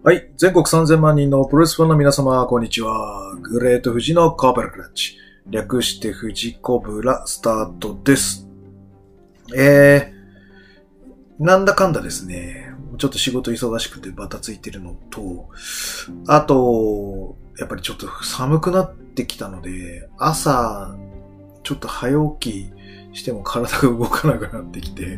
はい。全国3000万人のプロレスファンの皆様、こんにちは。グレート富士のコブラクラッチ。略して富士コブラスタートです。なんだかんだですね。ちょっと仕事忙しくてバタついてるのと、あと、やっぱりちょっと寒くなってきたので、朝、ちょっと早起きしても体が動かなくなってきて、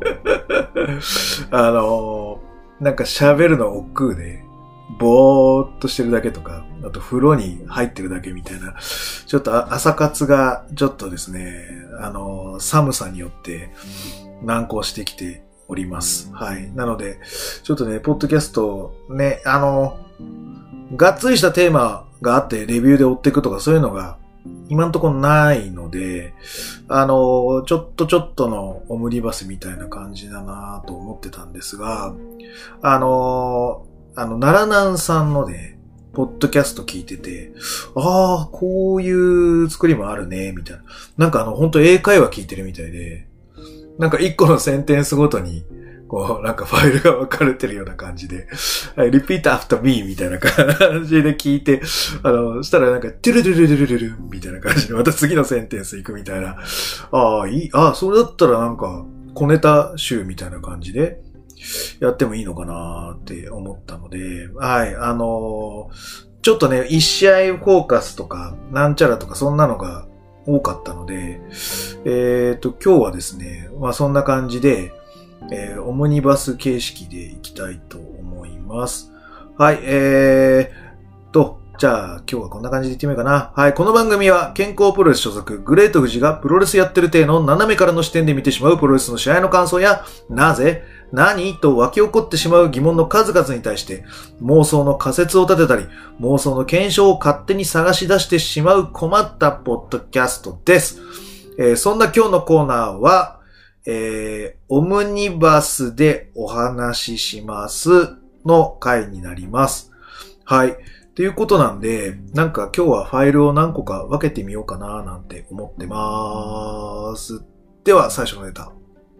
なんか喋るの億劫で、ぼーっとしてるだけとか、あと風呂に入ってるだけみたいな、ちょっと朝活がちょっとですね、寒さによって難航してきております。はい。なので、ちょっとね、ポッドキャストね、がっつりしたテーマがあってレビューで追っていくとかそういうのが今んところないので、ちょっとのオムニバスみたいな感じだなと思ってたんですが、奈良南さんのね、ポッドキャスト聞いてて、ああ、こういう作りもあるね、みたいな。なんか本当英会話聞いてるみたいで、なんか一個のセンテンスごとに、こう、なんかファイルが分かれてるような感じで、repeat after me みたいな感じで聞いて、したらなんか、トゥルルルルルルルみたいな感じで、また次のセンテンス行くみたいな。それだったらなんか、小ネタ集みたいな感じで、やってもいいのかなって思ったので、はい、ちょっとね、一試合フォーカスとか、なんちゃらとかそんなのが多かったので、今日はですね、まあそんな感じで、オムニバス形式でいきたいと思います。はい、じゃあ今日はこんな感じでいってみようかな。はい、この番組は健康プロレス所属グレート富士がプロレスやってる体の斜めからの視点で見てしまうプロレスの試合の感想や、なぜ何と湧き起こってしまう疑問の数々に対して妄想の仮説を立てたり妄想の検証を勝手に探し出してしまう困ったポッドキャストです。そんな今日のコーナーは、オムニバスでお話ししますの回になります。はい。ということなんで、なんか今日はファイルを何個か分けてみようかななんて思ってます。では最初のネタ。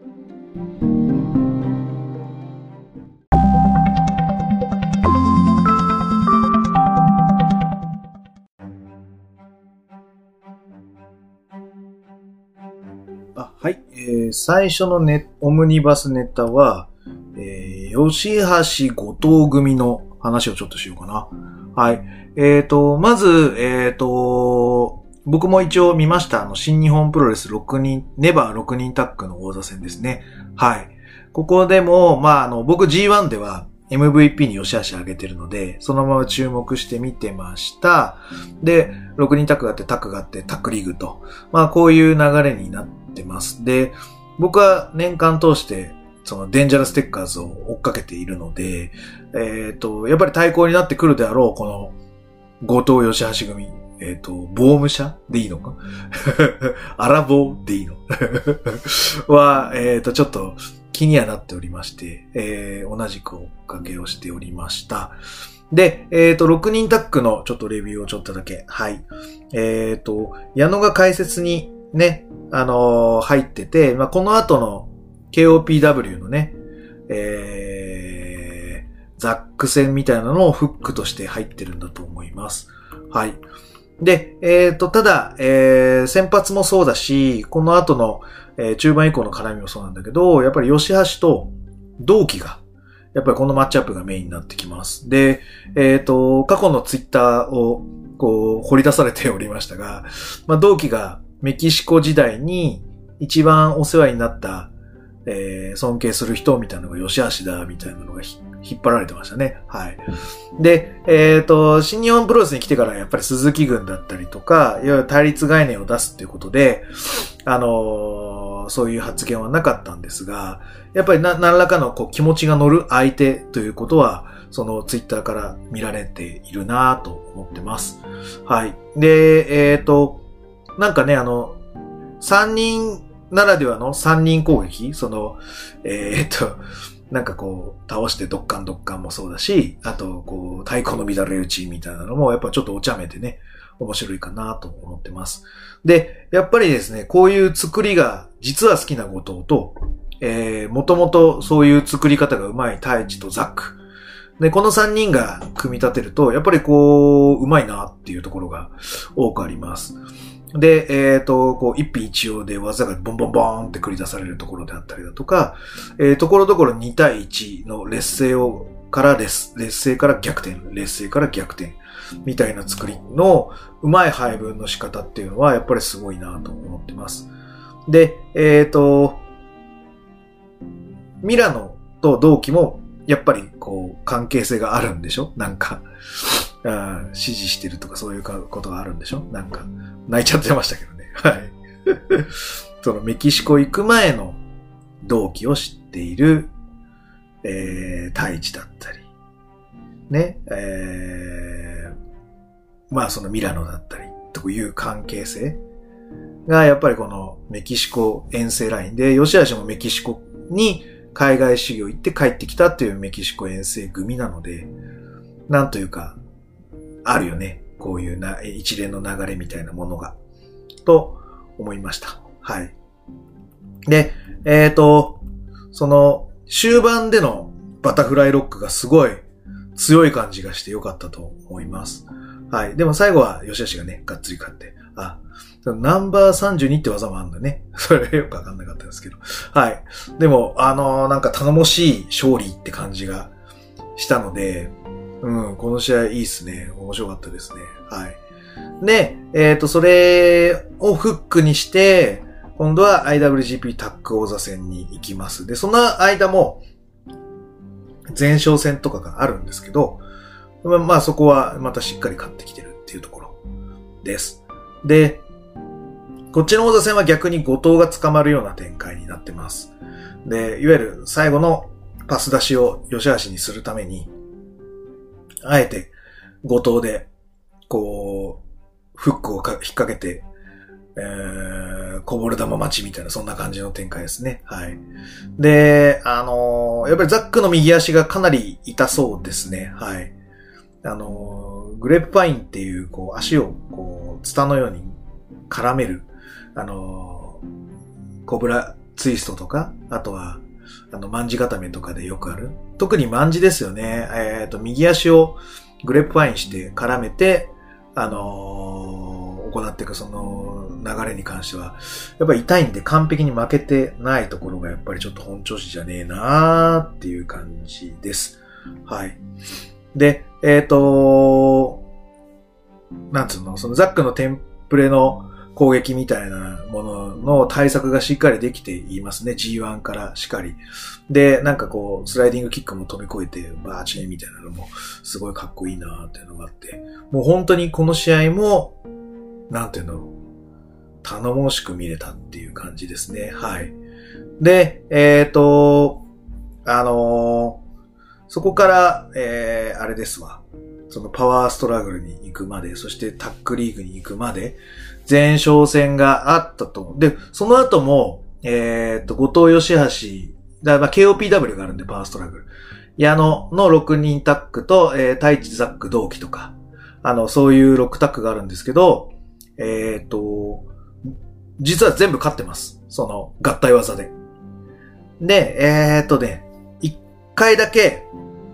はい。最初のオムニバスネタは、吉橋後藤組の話をちょっとしようかな。はい。まず、僕も一応見ました。新日本プロレス6人、ネバー6人タッグの王座戦ですね。はい。ここでも、僕 G1 では MVP に吉橋上げてるので、そのまま注目して見てました。で、6人タッグがあって、タッグがあって、タッグリーグと。こういう流れになってます。で、僕は年間通して、そのデンジャラステッカーズを追っかけているので、やっぱり対抗になってくるであろう、この、後藤吉橋組。ボーム社でいいのかアラボーでいいのは、ちょっと気にはなっておりまして、同じく追っかけをしておりました。で、6人タッグのちょっとレビューをちょっとだけ。はい。矢野が解説にね、入ってて、この後の KOPW のね、ザック戦みたいなのをフックとして入ってるんだと思います。はい。で、ただ、先発もそうだし、この後の、中盤以降の絡みもそうなんだけど、やっぱり吉橋と同期が、やっぱりこのマッチアップがメインになってきます。で、過去のツイッターを、こう、掘り出されておりましたが、同期がメキシコ時代に一番お世話になった、尊敬する人みたいなのが吉橋だ、みたいなのが引っ張られてましたね。はい。で、新日本プロレスに来てからやっぱり鈴木軍だったりとか、いわゆる対立概念を出すっていうことで、そういう発言はなかったんですが、やっぱり何らかのこう気持ちが乗る相手ということは、そのツイッターから見られているなぁと思ってます。はい。で、なんかね、3人ならではの3人攻撃、なんかこう、倒してドッカンもそうだし、あと、こう、太鼓の乱れ打ちみたいなのも、やっぱちょっとお茶目でね、面白いかなと思ってます。で、やっぱりですね、こういう作りが実は好きな後藤と、もともとそういう作り方がうまい太一とザックで、この3人が組み立てると、やっぱりこう、うまいなっていうところが多くあります。で、こう、一品一様で技がボンボンボーンって繰り出されるところであったりだとか、ところどころ2対1の劣勢から逆転、劣勢から逆転、みたいな作りのうまい配分の仕方っていうのはやっぱりすごいなと思ってます。で、ミラノと同期もやっぱりこう関係性があるんでしょなんか、支持してるとかそういうことがあるんでしょなんか、泣いちゃってましたけどね。はい。そのメキシコ行く前の同期を知っている、太一だったり、ね、まあそのミラノだったりという関係性がやっぱりこのメキシコ遠征ラインで、吉橋もメキシコに海外修行行って帰ってきたっていうメキシコ遠征組なので、なんというか、あるよね。こういう一連の流れみたいなものが。と思いました。はい。で、その終盤でのバタフライロックがすごい強い感じがしてよかったと思います。はい。でも最後は吉橋がね、がっつり勝って、ナンバー32って技もあるんだね。それよくわかんなかったですけど。はい。でも、なんか頼もしい勝利って感じがしたので、この試合いいっすね。面白かったですね。はい。で、それをフックにして、今度は IWGP タッグ王座戦に行きます。で、その間も、前哨戦とかがあるんですけど、まあそこはまたしっかり勝ってきてるっていうところです。で、こっちの王座戦は逆に後藤が捕まるような展開になってます。で、いわゆる最後のパス出しを吉橋にするために、あえて後藤で、こう、フックを引っ掛けて、こぼれ球待ちみたいな、そんな感じの展開ですね。はい。で、やっぱりザックの右足がかなり痛そうですね。はい。グレープパインっていう、こう、足を、こう、ツタのように絡める、コブラツイストとか、あとは、卍固めとかでよくある。特に卍ですよね。右足をグレープパインして絡めて、行っていくその流れに関しては、やっぱり痛いんで完璧に負けてないところがやっぱりちょっと本調子じゃねえなーっていう感じです。はい。で、なんつうの、そのザックのテンプレの攻撃みたいなものの対策がしっかりできていますね。G1 からしっかり。で、なんかこう、スライディングキックも飛び越えて、バーチェンみたいなのも、すごいかっこいいなーっていうのがあって、もう本当にこの試合も、なんていうの、頼もしく見れたっていう感じですね。はい。で、そこから、あれですわ。そのパワーストラグルに行くまで、そしてタッグリーグに行くまで、前哨戦があったと。で、その後も、後藤義橋、KOPW があるんで、パワーストラグル。矢野の6人タッグと、太一ザック同期とか、そういう6タッグがあるんですけど、実は全部勝ってます。その、合体技で。で、一回だけ、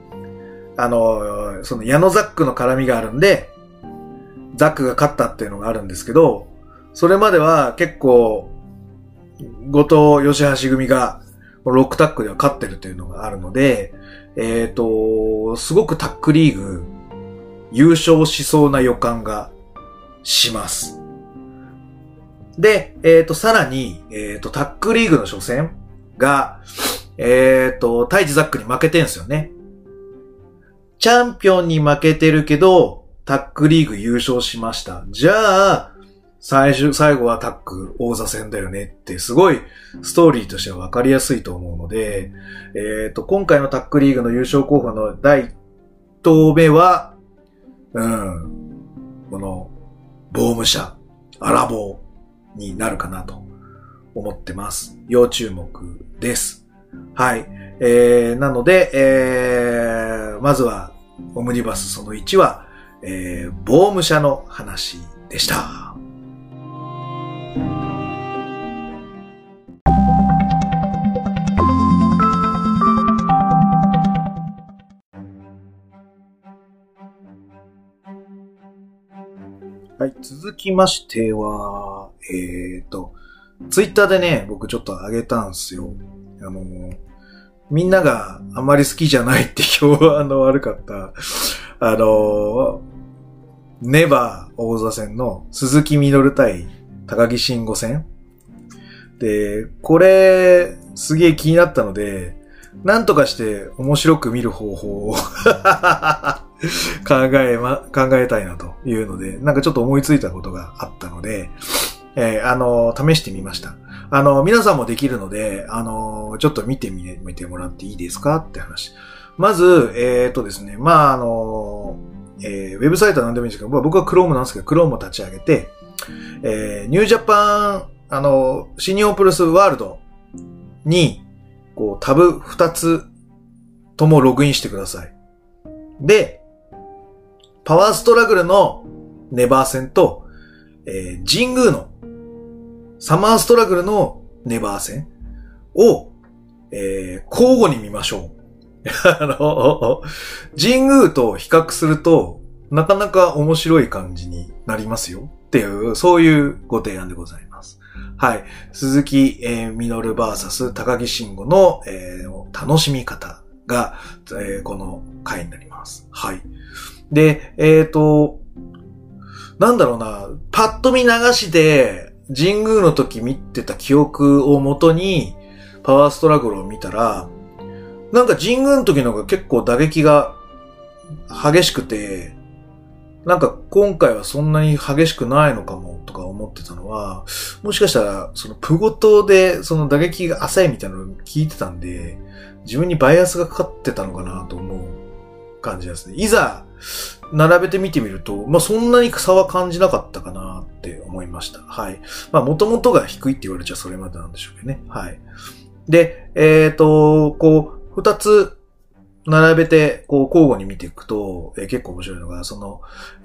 その矢野ザックの絡みがあるんで、ザックが勝ったっていうのがあるんですけど、それまでは結構、後藤義橋組が6タッグでは勝ってるっていうのがあるので、すごくタッグリーグ優勝しそうな予感がします。で、さらに、タッグリーグの初戦が、太一ザックに負けてんすよね。チャンピオンに負けてるけど、タッグリーグ優勝しました。じゃあ、最後はタッグ王座戦だよねってすごいストーリーとしては分かりやすいと思うので、今回のタッグリーグの優勝候補の第1投目は、この、ボーム社、アラボーになるかなと思ってます。要注目です。はい。なので、まずは、オムニバスその1は、ボーム社の話でした。 はい、続きましては、ツイッターでね、僕ちょっと上げたんですよ。みんながあまり好きじゃないって評判の悪かった、ネバー王座戦の鈴木みのる対高木慎吾戦。で、これ、すげえ気になったので、なんとかして面白く見る方法を考えたいなというので、なんかちょっと思いついたことがあったので、試してみました。皆さんもできるので、ちょっと見てもらっていいですかって話。まず、ですね、ウェブサイトは何でもいいんですけど、僕は Chrome なんですけど、Chrome を立ち上げて、ニュージャパン、新日本プロレスワールドに、こう、タブ2つともログインしてください。で、パワーストラグルのネバー戦と、神宮のサマーストラグルのネバー戦を、交互に見ましょう。神宮と比較すると、なかなか面白い感じになりますよっていう、そういうご提案でございます。はい。鈴木みのる VS 高木慎吾の、楽しみ方が、この回になります。はい。で、なんだろうな、パッと見流しで、神宮の時見てた記憶をもとに、パワーストラグルを見たら、なんか神宮の時のが結構打撃が激しくて、なんか今回はそんなに激しくないのかもとか思ってたのは、もしかしたらそのプゴトでその打撃が浅いみたいなのを聞いてたんで、自分にバイアスがかかってたのかなと思う感じですね。いざ並べてみてみると、そんなに差は感じなかったかなって思いました。はい。元々が低いって言われちゃそれまでなんでしょうけどね。はい。で、こう、二つ並べて、こう、交互に見ていくと、結構面白いのが、その、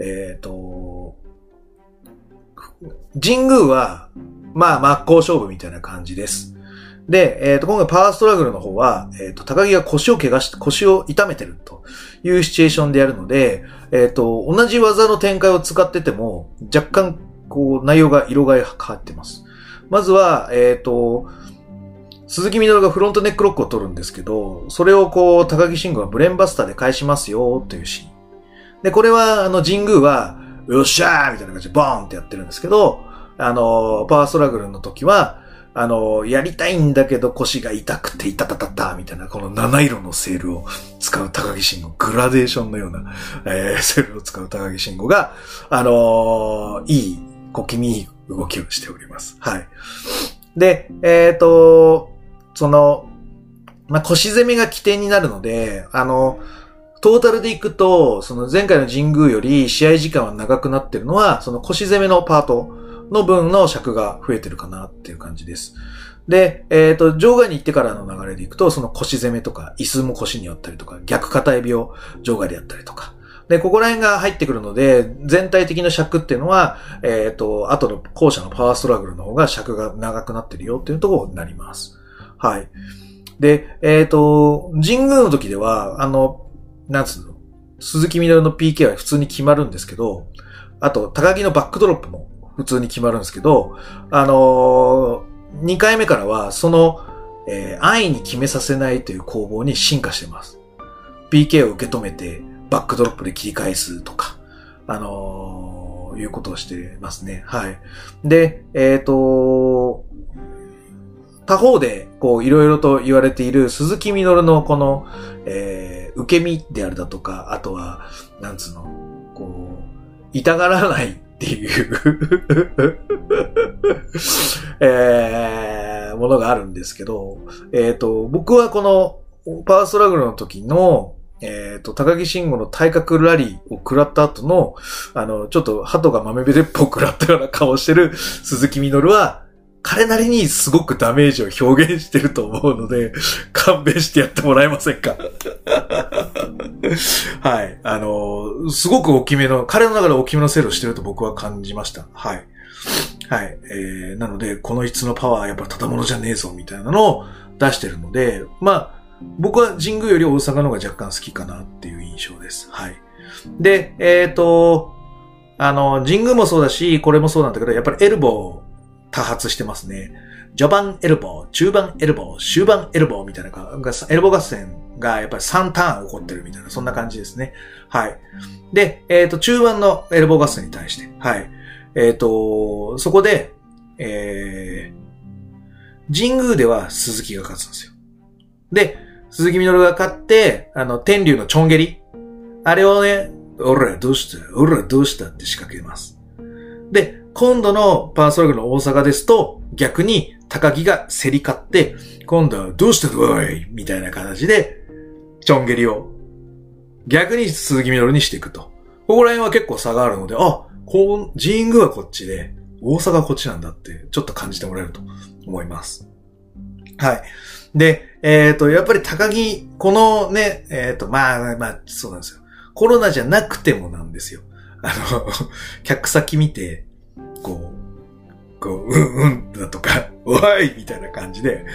神宮は、真っ向勝負みたいな感じです。で、今回パワーストラグルの方は、高木が腰を痛めてるというシチュエーションでやるので、同じ技の展開を使ってても、若干、こう、内容が色が変わってます。まずは、鈴木みのるがフロントネックロックを取るんですけど、それをこう、高木慎吾がブレーンバスターで返しますよ、というシーン。で、これは、神宮は、よっしゃーみたいな感じでボーンってやってるんですけど、パワーストラグルの時は、やりたいんだけど腰が痛くて、いたたたた、みたいな、この七色のセールを使う高木慎吾、グラデーションのような、セールを使う高木慎吾が、いい、小気味いい動きをしております。はい。で、その、腰攻めが起点になるので、トータルでいくと、その前回の神宮より試合時間は長くなってるのは、その腰攻めのパートの分の尺が増えてるかなっていう感じです。で、場外に行ってからの流れでいくと、その腰攻めとか、椅子も腰にあったりとか、逆片指を場外でやったりとか。で、ここら辺が入ってくるので、全体的な尺っていうのは、後の後者のパワーストラグルの方が尺が長くなってるよっていうところになります。はい。で、神宮の時では、なんつうの、鈴木みのるの PK は普通に決まるんですけど、あと、高木のバックドロップも普通に決まるんですけど、2回目からは、その、安易に決めさせないという攻防に進化してます。PK を受け止めて、バックドロップで切り返すとか、いうことをしてますね。はい。で、他方で、こう、いろいろと言われている鈴木みのるのこの、受け身であるだとか、あとは、なんつうの、こう、痛がらないっていうものがあるんですけど、僕はこの、パワーストラグルの時の、高木慎吾の体格ラリーを食らった後の、ちょっと鳩が豆べれっぽく食らったような顔してる鈴木みのるは、彼なりにすごくダメージを表現してると思うので、勘弁してやってもらえませんかはい。すごく大きめの、彼の中で大きめのセールをしてると僕は感じました。はい。はい。なので、この質のパワーはやっぱただものじゃねえぞ、みたいなのを出してるので、僕は神宮より大阪の方が若干好きかなっていう印象です。はい。で、 神宮もそうだし、これもそうなんだけど、やっぱりエルボー多発してますね。序盤エルボー、中盤エルボー、終盤エルボーみたいなエルボー合戦がやっぱり3ターン起こってるみたいな、そんな感じですね。はい。で、中盤のエルボー合戦に対して、はい。そこで、神宮では鈴木が勝つんですよ。で、鈴木みのるが勝って、天竜のちょん蹴り。あれをね、おらどうしたって仕掛けます。で、今度のパワーストラグの大阪ですと、逆に高木が競り勝って、今度はどうしたおいみたいな形で、ちょん蹴りを逆に鈴木みのるにしていくと。ここら辺は結構差があるので、神宮はこっちで、大阪はこっちなんだって、ちょっと感じてもらえると思います。はい。で、やっぱり高木、このね、まあ、そうなんですよ。コロナじゃなくてもなんですよ。客先見て、だとか、おいみたいな感じで、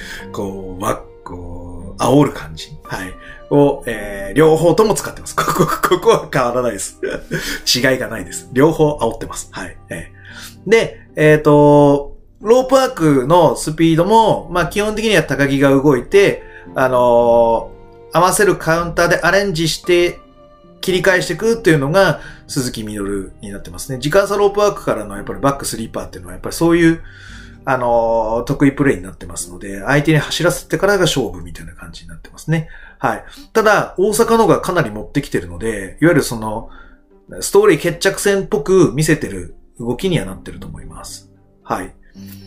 煽る感じ。はい。を、両方とも使ってます。ここは変わらないです。違いがないです。両方煽ってます。はい。で、ロープワークのスピードも、まあ、基本的には高木が動いて、合わせるカウンターでアレンジして切り返していくっていうのが鈴木みのるになってますね。時間差ロープワークからのやっぱりバックスリーパーっていうのはやっぱりそういう、得意プレイになってますので、相手に走らせてからが勝負みたいな感じになってますね。はい。ただ、大阪のがかなり持ってきてるので、いわゆるストーリー決着戦っぽく見せてる動きにはなってると思います。はい。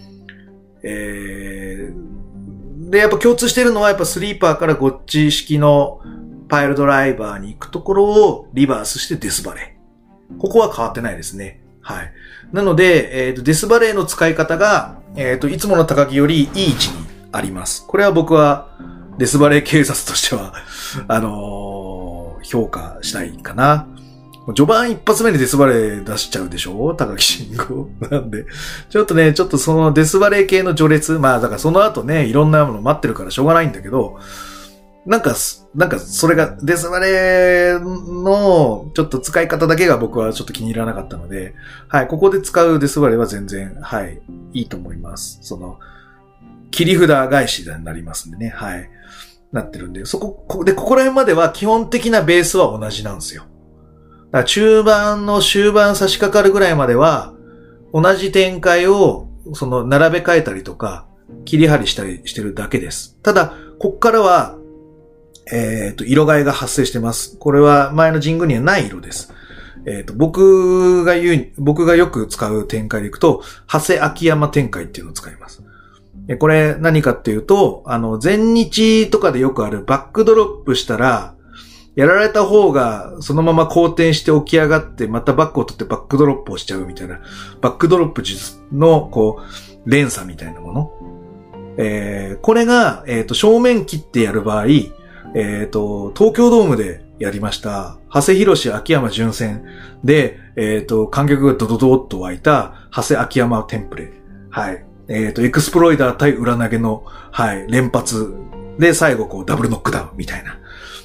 で、やっぱ共通してるのはやっぱスリーパーからゴッチ式のパイルドライバーに行くところをリバースしてデスバレー。ここは変わってないですね。はい。なので、デスバレーの使い方が、いつもの高木よりいい位置にあります。これは僕はデスバレー警察としては、評価したいかな。序盤一発目でデスバレー出しちゃうでしょ高木慎吾。なんで、ちょっとそのデスバレー系の序列、まあだからその後ね、いろんなもの待ってるからしょうがないんだけど、なんかそれがデスバレーのちょっと使い方だけが僕はちょっと気に入らなかったので、はい、ここで使うデスバレーは全然、はい、いいと思います。切り札返しになりますんでね、はい、なってるんで、ここら辺までは基本的なベースは同じなんですよ。だから中盤の終盤差し掛かるぐらいまでは、同じ展開を、並べ替えたりとか、切り張りしたりしてるだけです。ただ、こっからは、色替えが発生してます。これは前の神宮にはない色です。僕がよく使う展開でいくと、長谷秋山展開っていうのを使います。これ何かっていうと、全日とかでよくあるバックドロップしたら、やられた方がそのまま後転して起き上がってまたバックを取ってバックドロップをしちゃうみたいな、バックドロップ術の連鎖みたいなもの。これが、正面切ってやる場合、東京ドームでやりました、長谷博士秋山純戦で、観客がドドドーっと湧いた長谷秋山テンプレ。はい。エクスプロイダー対裏投げの、はい、連発で最後ダブルノックダウンみたいな。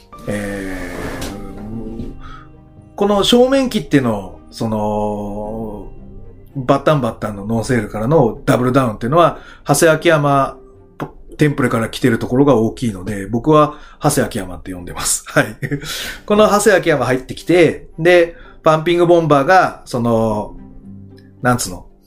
この正面切っての、バッタンのノーセールからのダブルダウンっていうのは、長谷秋山テンプレから来てるところが大きいので、僕は長谷秋山って呼んでます。はい。この長谷秋山入ってきて、で、パンピングボンバーが、なんつうの。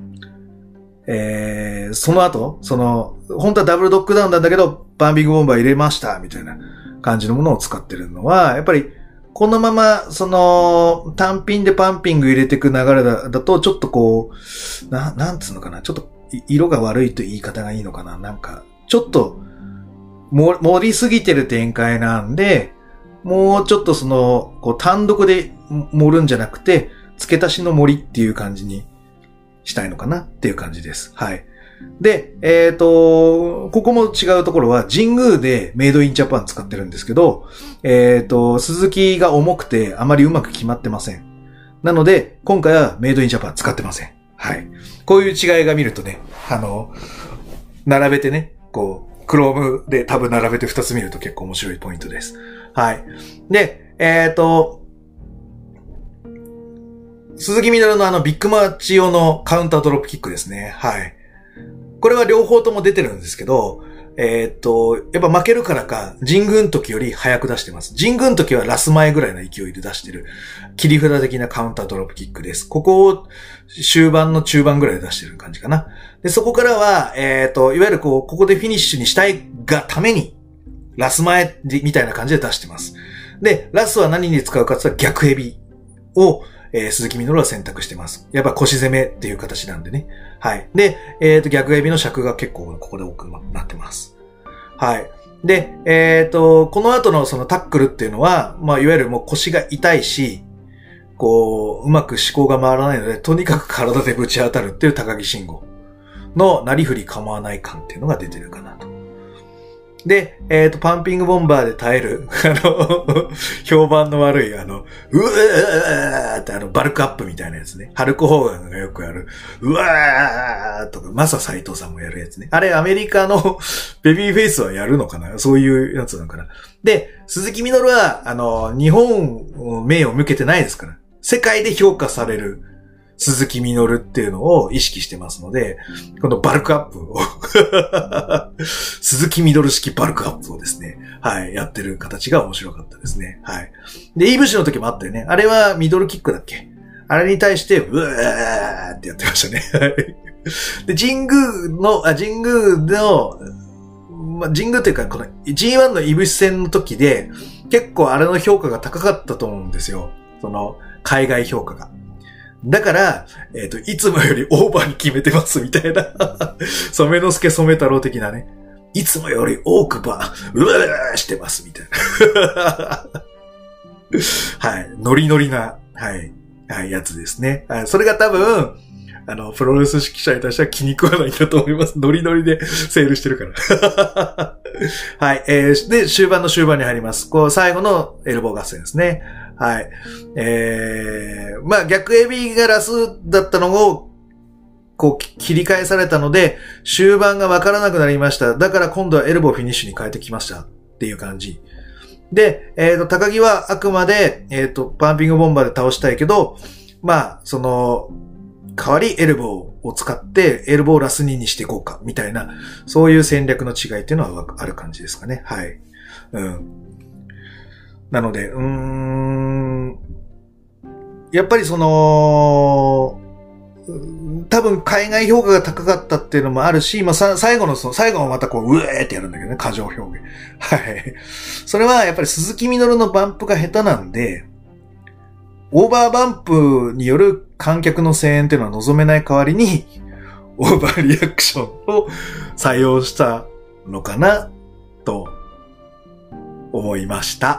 その後、本当はダブルドックダウンなんだけど、パンピングボンバー入れました、みたいな感じのものを使ってるのは、やっぱり、このまま、単品でパンピング入れていく流れだと、ちょっとなんつうのかな、ちょっと、色が悪いと言い方がいいのかな、なんか、ちょっと、盛りすぎてる展開なんで、もうちょっと単独で盛るんじゃなくて、付け足しの盛りっていう感じにしたいのかなっていう感じです。はい。で、ここも違うところは、神宮でメイドインジャパン使ってるんですけど、鈴木が重くてあまりうまく決まってません。なので、今回はメイドインジャパン使ってません。はい。こういう違いが見るとね、並べてね、クロームでタブ並べて2つ見ると結構面白いポイントです。はい。で、 鈴木みのるのビッグマッチ用のカウンタードロップキックですね。はい。これは両方とも出てるんですけど、やっぱ負けるからか、神宮の時より早く出してます。神宮の時はラス前ぐらいの勢いで出してる、切り札的なカウンタードロップキックです。ここを終盤の中盤ぐらいで出してる感じかな。で、そこからは、いわゆるここでフィニッシュにしたいがために、ラス前みたいな感じで出してます。で、ラスは何に使うかって言ったら逆ヘビを、鈴木みのるは選択してます。やっぱ腰攻めっていう形なんでね。はい。で、逆エビの尺が結構ここで多くなってます。はい。で、この後のそのタックルっていうのは、まあ、いわゆるもう腰が痛いし、うまく思考が回らないので、とにかく体でぶち当たるっていう高木慎吾のなりふり構わない感っていうのが出てるかなと。で、パンピングボンバーで耐える、評判の悪い、うわーってバルクアップみたいなやつね。ハルク・ホーガンがよくやる、うわーとか、マサ斎藤さんもやるやつね。あれ、アメリカのベビーフェイスはやるのかな、そういうやつなのかな。で、鈴木みのるは、日本名を向けてないですから。世界で評価される鈴木みのるっていうのを意識してますので、このバルクアップを鈴木みのる式バルクアップをですね、はい、やってる形が面白かったですね。はい。で、イーブシの時もあったよね。あれはミドルキックだっけ？あれに対して、うわーってやってましたね。で、神宮というか、この G1 のイブシ戦の時で、結構あれの評価が高かったと思うんですよ。その、海外評価が。だから、いつもよりオーバーに決めてますみたいな。染之助染太郎的なね。いつもより多くうわーしてますみたいな。はい。ノリノリな、はい。はい、やつですね。はい。それが多分、プロレス指揮者に対しては気に食わないんだと思います。ノリノリでセールしてるから。はい。で、終盤の終盤に入ります。最後のエルボー合戦ですね。はい。まあ、逆エビがラスだったのを、切り返されたので、終盤がわからなくなりました。だから今度はエルボーフィニッシュに変えてきました。っていう感じ。で、高木はあくまで、パンピングボンバーで倒したいけど、まあ、代わりエルボーを使ってエルボーラス2にしていこうか、みたいな、そういう戦略の違いっていうのはある感じですかね。はい。うん。なので、やっぱり多分海外評価が高かったっていうのもあるし、まあ、最後はまたうえーってやるんだけどね、過剰表現。はい。それはやっぱり鈴木みのるのバンプが下手なんで、オーバーバンプによる観客の声援っていうのは望めない代わりに、オーバーリアクションを採用したのかな、と思いました。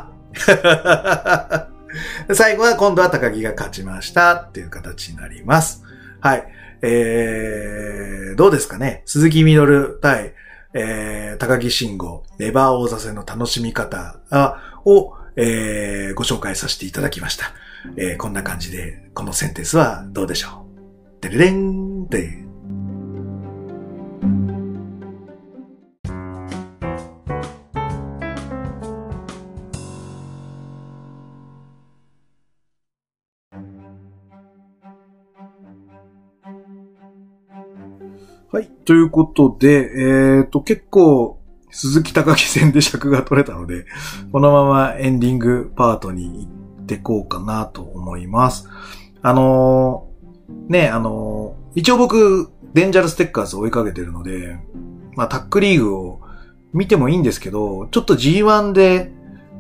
最後は今度は高木が勝ちましたっていう形になります。はい。どうですかね。鈴木みのる対、高木慎吾、レバー王座戦の楽しみ方を、ご紹介させていただきました。こんな感じで、このセンテンスはどうでしょう。てれれんって。はい。ということで、結構、鈴木高木戦で尺が取れたので、このままエンディングパートに行ってこうかなと思います。一応僕、デンジャラステッカーズを追いかけてるので、まあ、タックリーグを見てもいいんですけど、ちょっと G1 で、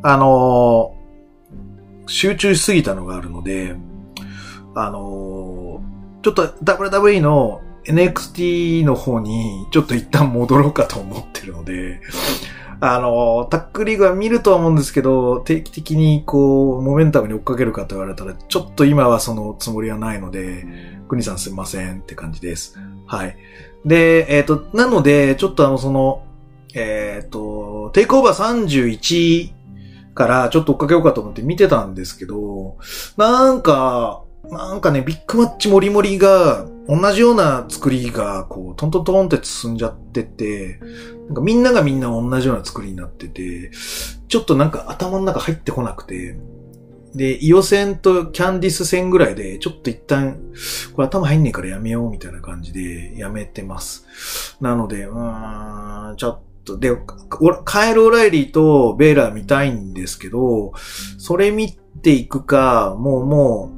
集中しすぎたのがあるので、ちょっと WWE のNXT の方にちょっと一旦戻ろうかと思ってるので、タックリーグは見るとは思うんですけど、定期的にモメンタムに追っかけるかと言われたら、ちょっと今はそのつもりはないので、国さんすいませんって感じです。はい。で、なので、ちょっとテイクオーバー31からちょっと追っかけようかと思って見てたんですけど、なんかね、ビッグマッチモリモリが、同じような作りが、トントントンって進んじゃってて、なんかみんながみんな同じような作りになってて、ちょっとなんか頭の中入ってこなくて、 で、イオ戦とキャンディス戦ぐらいで、ちょっと一旦、これ頭入んねえからやめようみたいな感じでやめてます。なので、ちょっと、で、カエル・オライリーとベイラー見たいんですけど、それ見ていくか、も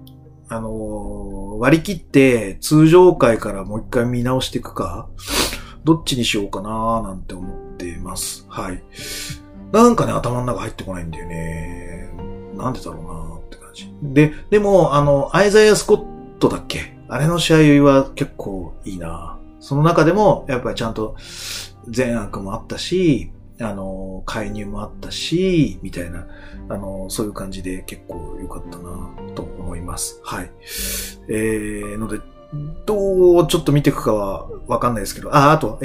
う、割り切って通常回からもう一回見直していくか、どっちにしようかななんて思ってます。はい。なんかね、頭の中入ってこないんだよね。なんでだろうなって感じ。でも、アイザイア・スコットだっけ？あれの試合は結構いいな。その中でも、やっぱりちゃんと善悪もあったし、介入もあったし、みたいな、そういう感じで結構良かったなと思います。はい。ので、どうちょっと見ていくかはわかんないですけど、あと、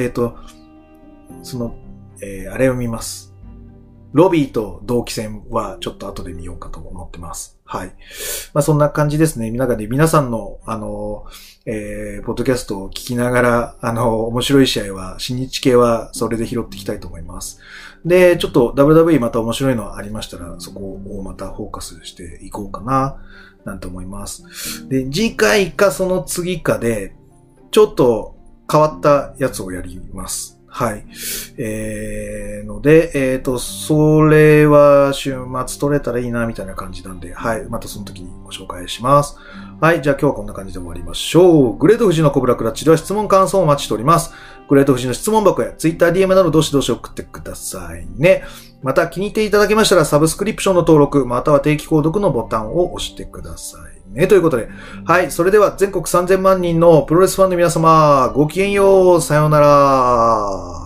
あれを見ます。ロビーと同期戦はちょっと後で見ようかと思ってます。はい。まあそんな感じですね。皆さんの、ポッドキャストを聞きながら、面白い試合は、新日系はそれで拾っていきたいと思います。で、ちょっと WWE また面白いのありましたら、そこをまたフォーカスしていこうかな、なんて思います。で、次回かその次かで、ちょっと変わったやつをやります。はい。ので、それは週末取れたらいいな、みたいな感じなんで、はい。またその時にご紹介します。はい。じゃあ今日はこんな感じで終わりましょう。グレート富士のコブラクラッチでは質問感想をお待ちしております。グレート富士の質問箱や Twitter、DM などどしどし送ってくださいね。また気に入っていただけましたらサブスクリプションの登録、または定期購読のボタンを押してくださいね。ということで、はい。それでは全国3000万人のプロレスファンの皆様、ごきげんよう。さようなら。